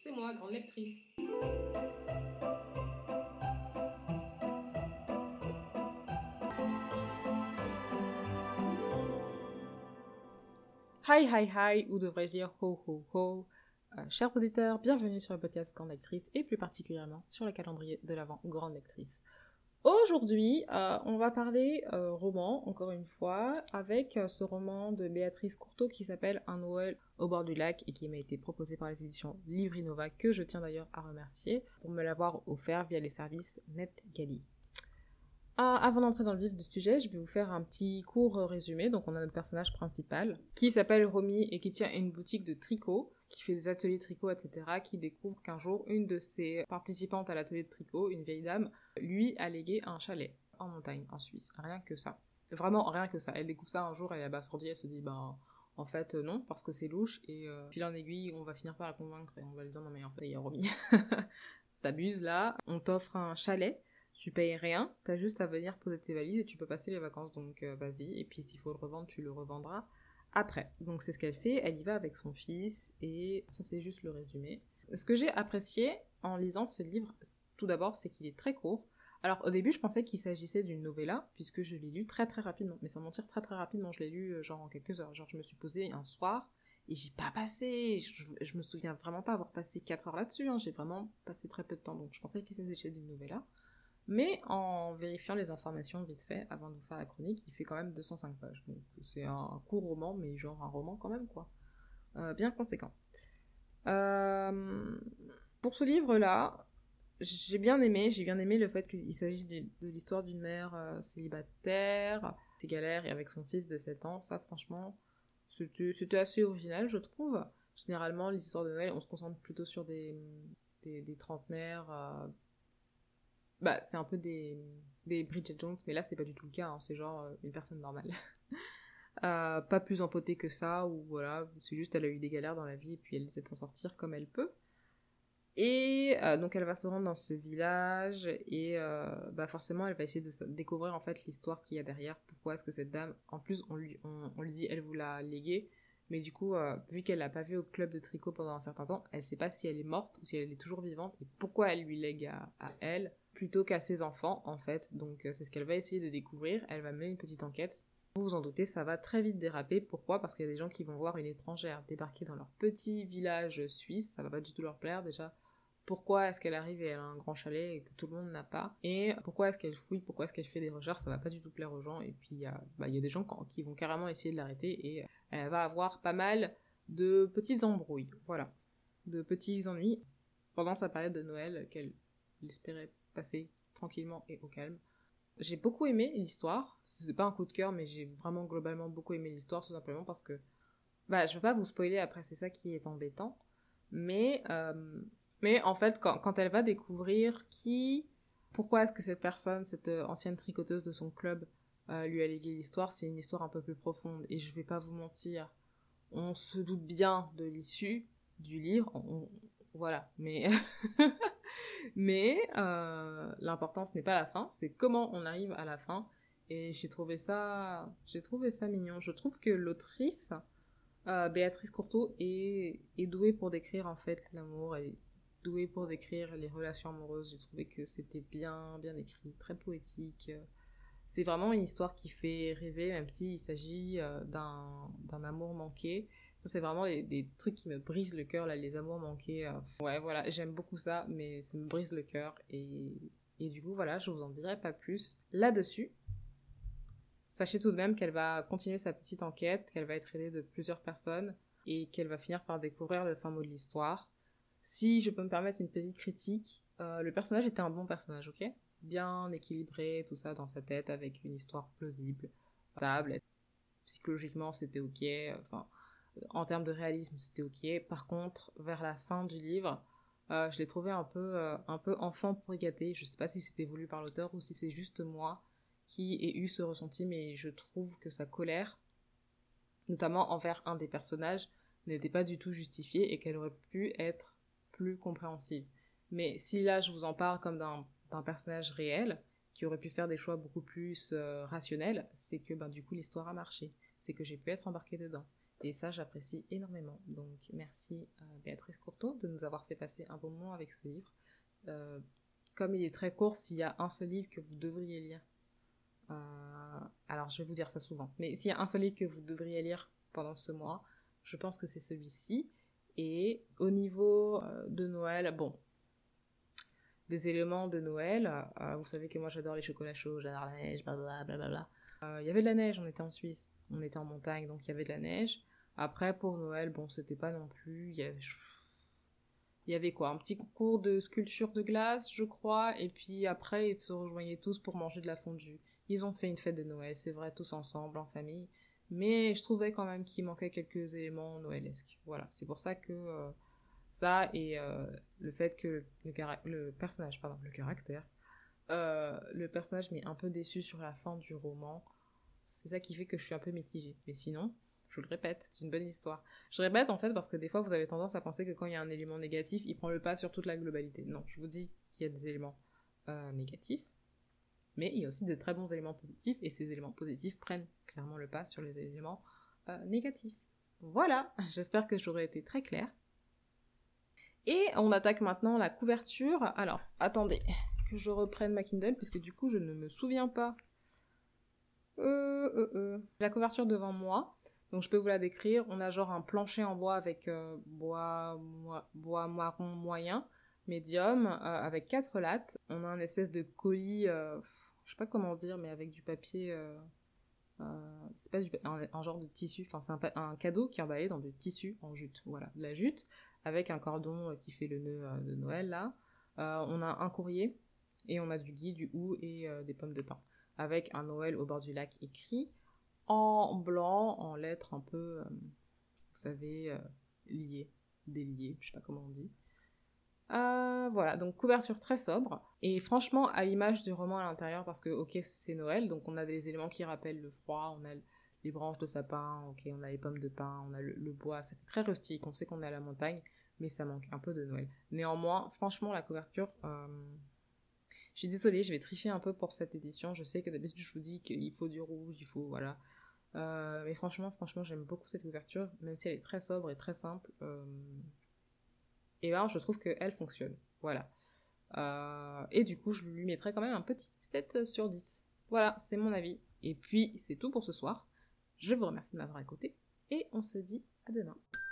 C'est moi, grande lectrice. Hi, hi, hi, ou devrais-je dire ho, ho, ho. Chers auditeurs, bienvenue sur le podcast Grande Lectrice, et plus particulièrement sur le calendrier de l'Avent Grande Lectrice. Aujourd'hui, on va parler roman, encore une fois, avec ce roman de Béatrice Courteau qui s'appelle Un Noël au bord du lac et qui m'a été proposé par les éditions Livrinova, que je tiens d'ailleurs à remercier pour me l'avoir offert via les services NetGalley. Avant d'entrer dans le vif du sujet, je vais vous faire un petit court résumé. Donc on a notre personnage principal qui s'appelle Romy et qui tient une boutique de tricot, qui fait des ateliers de tricot, etc., qui découvre qu'un jour, une de ses participantes à l'atelier de tricot, une vieille dame, lui a légué un chalet en montagne, en Suisse. Rien que ça. Vraiment rien que ça. Elle découvre ça un jour, elle est abasourdie, elle se dit, en fait, non, parce que c'est louche, et fil en aiguille, on va finir par la convaincre, et on va lui dire, non mais en fait, il y a Romy. T'abuses là, on t'offre un chalet, tu payes rien, t'as juste à venir poser tes valises et tu peux passer les vacances, donc vas-y, et puis s'il faut le revendre, tu le revendras après. Donc c'est ce qu'elle fait, elle y va avec son fils, et ça c'est juste le résumé. Ce que j'ai apprécié en lisant ce livre, tout d'abord, c'est qu'il est très court. Alors au début je pensais qu'il s'agissait d'une novella, puisque je l'ai lu très très rapidement, mais sans mentir très très rapidement, je l'ai lu genre en quelques heures, genre je me suis posée un soir, et j'ai pas passé, je me souviens vraiment pas avoir passé 4 heures là-dessus, hein, j'ai vraiment passé très peu de temps, donc je pensais qu'il s'agissait d'une novella. Mais en vérifiant les informations vite fait, avant de vous faire la chronique, il fait quand même 205 pages. Donc c'est un court roman, mais genre un roman quand même, quoi. Bien conséquent. Pour ce livre-là, j'ai bien aimé le fait qu'il s'agisse de l'histoire d'une mère célibataire, ses galères, et avec son fils de 7 ans. Ça, franchement, c'était assez original, je trouve. Généralement, l'histoire de Noël, on se concentre plutôt sur des trentenaires. C'est un peu des Bridget Jones, mais là, c'est pas du tout le cas, hein, c'est genre une personne normale. Pas plus empotée que ça, ou voilà, c'est juste elle a eu des galères dans la vie, et puis elle essaie de s'en sortir comme elle peut. Et donc elle va se rendre dans ce village, et forcément, elle va essayer de découvrir en fait l'histoire qu'il y a derrière. Pourquoi est-ce que cette dame, en plus, on lui dit, elle vous l'a léguée, mais du coup, vu qu'elle l'a pas vue au club de tricot pendant un certain temps, elle sait pas si elle est morte ou si elle est toujours vivante, et pourquoi elle lui lègue à elle, plutôt qu'à ses enfants, en fait. Donc c'est ce qu'elle va essayer de découvrir. Elle va mener une petite enquête. Vous vous en doutez, ça va très vite déraper. Pourquoi ? Parce qu'il y a des gens qui vont voir une étrangère débarquer dans leur petit village suisse, ça va pas du tout leur plaire déjà. Pourquoi est-ce qu'elle arrive et elle a un grand chalet et que tout le monde n'a pas, et pourquoi est-ce qu'elle fouille, pourquoi est-ce qu'elle fait des recherches, ça va pas du tout plaire aux gens. Et puis il y a des gens qui vont carrément essayer de l'arrêter, et elle va avoir pas mal de petites embrouilles, voilà, de petits ennuis pendant sa période de Noël qu'elle espérait passer tranquillement et au calme. J'ai beaucoup aimé l'histoire, c'est pas un coup de cœur, mais j'ai vraiment globalement beaucoup aimé l'histoire, tout simplement parce que je veux pas vous spoiler après, c'est ça qui est embêtant, mais en fait, quand elle va découvrir pourquoi est-ce que cette personne, cette ancienne tricoteuse de son club, lui a légué l'histoire, c'est une histoire un peu plus profonde. Et je vais pas vous mentir, on se doute bien de l'issue du livre, voilà. Mais l'important, ce n'est pas la fin, c'est comment on arrive à la fin. Et j'ai trouvé ça mignon. Je trouve que l'autrice, Béatrice Courteau, est douée pour décrire en fait l'amour. Elle est douée pour décrire les relations amoureuses. J'ai trouvé que c'était bien écrit, très poétique. C'est vraiment une histoire qui fait rêver, même s'il s'agit d'un amour manqué. Ça, c'est vraiment des trucs qui me brisent le cœur, là, les amours manqués. Ouais, voilà, j'aime beaucoup ça, mais ça me brise le cœur. Et du coup, voilà, je vous en dirai pas plus là-dessus. Sachez tout de même qu'elle va continuer sa petite enquête, qu'elle va être aidée de plusieurs personnes, et qu'elle va finir par découvrir le fin mot de l'histoire. Si je peux me permettre une petite critique, le personnage était un bon personnage, ok ? Bien équilibré, tout ça dans sa tête, avec une histoire plausible, stable. Psychologiquement, c'était ok. Enfin, en termes de réalisme, c'était ok. Par contre, vers la fin du livre, je l'ai trouvé un peu enfant pour gâter. Je sais pas si c'était voulu par l'auteur ou si c'est juste moi qui ai eu ce ressenti, mais je trouve que sa colère, notamment envers un des personnages, n'était pas du tout justifiée et qu'elle aurait pu être plus compréhensive. Mais si là je vous en parle comme d'un personnage réel, qui aurait pu faire des choix beaucoup plus rationnels, c'est que du coup l'histoire a marché. C'est que j'ai pu être embarquée dedans. Et ça, j'apprécie énormément. Donc, merci Béatrice Courteau de nous avoir fait passer un bon moment avec ce livre. Comme il est très court, s'il y a un seul livre que vous devriez lire, alors je vais vous dire ça souvent, mais s'il y a un seul livre que vous devriez lire pendant ce mois, je pense que c'est celui-ci. Et au niveau de Noël, bon, des éléments de Noël, vous savez que moi j'adore les chocolats chauds, j'adore la neige, blablabla. Il y avait de la neige, on était en Suisse, on était en montagne, donc il y avait de la neige. Après, pour Noël, bon, c'était pas non plus... Il y avait quoi? Un petit concours de sculpture de glace, je crois, et puis après, ils se rejoignaient tous pour manger de la fondue. Ils ont fait une fête de Noël, c'est vrai, tous ensemble, en famille, mais je trouvais quand même qu'il manquait quelques éléments noëlesques. Voilà, c'est pour ça que ça et le fait que le personnage, pardon, le personnage m'est un peu déçu sur la fin du roman. C'est ça qui fait que je suis un peu mitigée. Mais sinon, je le répète, c'est une bonne histoire. Je répète en fait parce que des fois vous avez tendance à penser que quand il y a un élément négatif, il prend le pas sur toute la globalité. Non, je vous dis qu'il y a des éléments négatifs, mais il y a aussi de très bons éléments positifs, et ces éléments positifs prennent clairement le pas sur les éléments négatifs. Voilà, j'espère que j'aurai été très claire. Et on attaque maintenant la couverture. Alors, attendez, que je reprenne ma Kindle, puisque du coup je ne me souviens pas. La couverture devant moi, donc je peux vous la décrire. On a genre un plancher en bois avec bois marron moyen, médium, avec 4 lattes. On a un espèce de colis, je sais pas comment dire, mais avec du papier... c'est pas un genre de tissu, enfin c'est un cadeau qui est emballé dans du tissu en jute, voilà, de la jute, avec un cordon qui fait le nœud de Noël là. On a un courrier, et on a du gui, du hou et des pommes de pin, avec un Noël au bord du lac écrit en blanc, en lettres un peu, vous savez, liées, déliées, je sais pas comment on dit. Voilà, donc couverture très sobre, et franchement à l'image du roman à l'intérieur, parce que ok c'est Noël, donc on a des éléments qui rappellent le froid, on a les branches de sapin, ok, on a les pommes de pin, on a le bois, ça fait très rustique, on sait qu'on est à la montagne, mais ça manque un peu de Noël. Néanmoins, franchement la couverture, je suis désolée, je vais tricher un peu pour cette édition, je sais que d'habitude je vous dis qu'il faut du rouge, il faut, voilà, mais franchement j'aime beaucoup cette couverture, même si elle est très sobre et très simple, et ben je trouve qu'elle fonctionne, voilà. Et du coup, je lui mettrais quand même un petit 7 sur 10. Voilà, c'est mon avis. Et puis, c'est tout pour ce soir. Je vous remercie de m'avoir écouté, et on se dit à demain.